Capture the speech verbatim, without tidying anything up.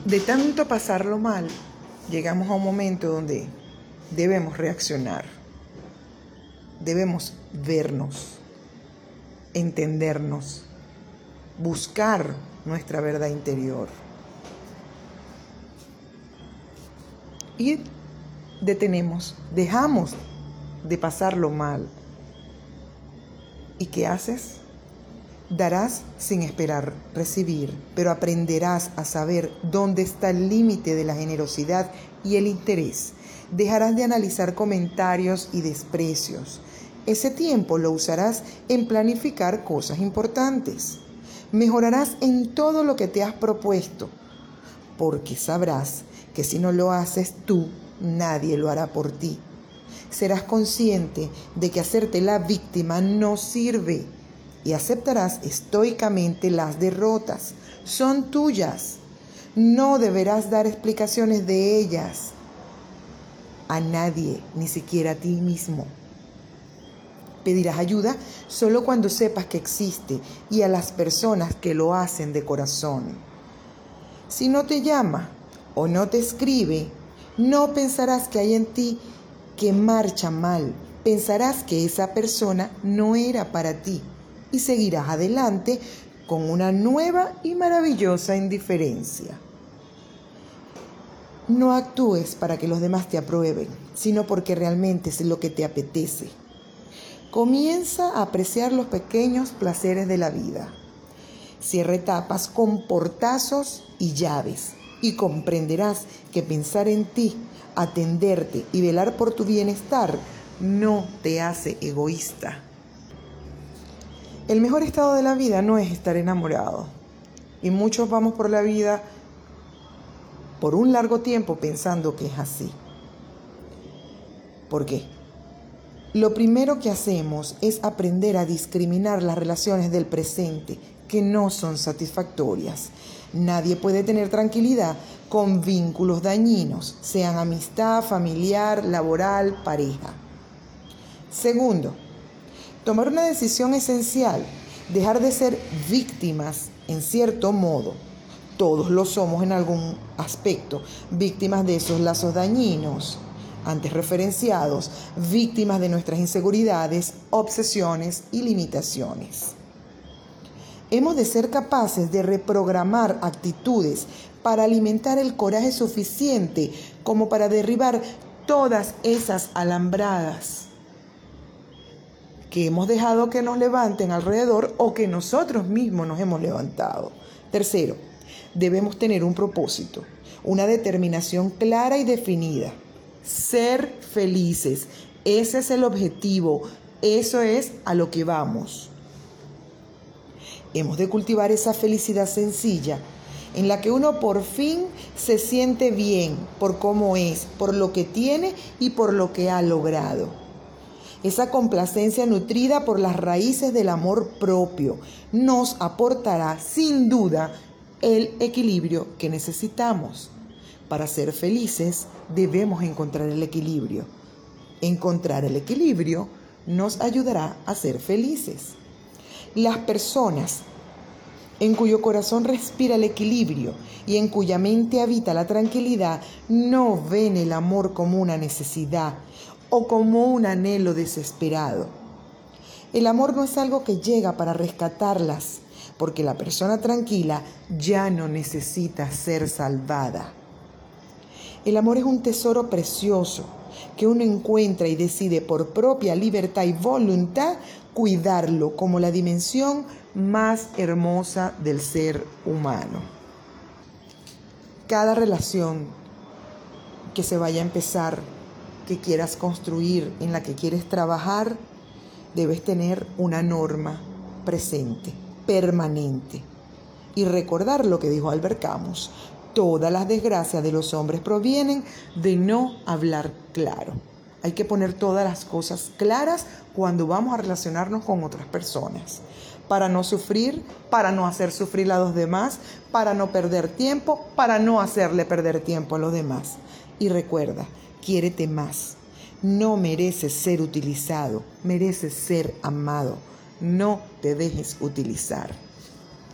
De tanto pasarlo mal, llegamos a un momento donde debemos reaccionar, debemos vernos, entendernos, buscar nuestra verdad interior y detenemos, dejamos de pasarlo mal. ¿Y qué haces? Darás sin esperar recibir, pero aprenderás a saber dónde está el límite de la generosidad y el interés. Dejarás de analizar comentarios y desprecios. Ese tiempo lo usarás en planificar cosas importantes. Mejorarás en todo lo que te has propuesto, porque sabrás que si no lo haces tú, nadie lo hará por ti. Serás consciente de que hacerte la víctima no sirve y aceptarás estoicamente las derrotas. Son tuyas. No deberás dar explicaciones de ellas a nadie, ni siquiera a ti mismo. Pedirás ayuda solo cuando sepas que existe y a las personas que lo hacen de corazón. Si no te llama o no te escribe, no pensarás que hay en ti que marcha mal. Pensarás que esa persona no era para ti y seguirás adelante con una nueva y maravillosa indiferencia. No actúes para que los demás te aprueben, sino porque realmente es lo que te apetece. Comienza a apreciar los pequeños placeres de la vida. Cierra etapas con portazos y llaves y comprenderás que pensar en ti, atenderte y velar por tu bienestar no te hace egoísta. El mejor estado de la vida no es estar enamorado. Y muchos vamos por la vida por un largo tiempo pensando que es así. ¿Por qué? Lo primero que hacemos es aprender a discriminar las relaciones del presente que no son satisfactorias. Nadie puede tener tranquilidad con vínculos dañinos, sean amistad, familiar, laboral, pareja. Segundo, tomar una decisión esencial, dejar de ser víctimas en cierto modo. Todos lo somos en algún aspecto, víctimas de esos lazos dañinos, antes referenciados, víctimas de nuestras inseguridades, obsesiones y limitaciones. Hemos de ser capaces de reprogramar actitudes para alimentar el coraje suficiente como para derribar todas esas alambradas que hemos dejado que nos levanten alrededor o que nosotros mismos nos hemos levantado. Tercero, debemos tener un propósito, una determinación clara y definida. Ser felices, ese es el objetivo, eso es a lo que vamos. Hemos de cultivar esa felicidad sencilla, en la que uno por fin se siente bien por cómo es, por lo que tiene y por lo que ha logrado. Esa complacencia nutrida por las raíces del amor propio nos aportará sin duda el equilibrio que necesitamos. Para ser felices debemos encontrar el equilibrio. Encontrar el equilibrio nos ayudará a ser felices. Las personas en cuyo corazón respira el equilibrio y en cuya mente habita la tranquilidad no ven el amor como una necesidad o como un anhelo desesperado. El amor no es algo que llega para rescatarlas, porque la persona tranquila ya no necesita ser salvada. El amor es un tesoro precioso que uno encuentra y decide por propia libertad y voluntad cuidarlo como la dimensión más hermosa del ser humano. Cada relación que se vaya a empezar, que quieras construir, en la que quieres trabajar, debes tener una norma presente, permanente. Y recordar lo que dijo Albert Camus: todas las desgracias de los hombres provienen de no hablar claro. Hay que poner todas las cosas claras cuando vamos a relacionarnos con otras personas, para no sufrir, para no hacer sufrir a los demás, para no perder tiempo, para no hacerle perder tiempo a los demás. Y recuerda, quiérete más. No mereces ser utilizado, mereces ser amado. No te dejes utilizar.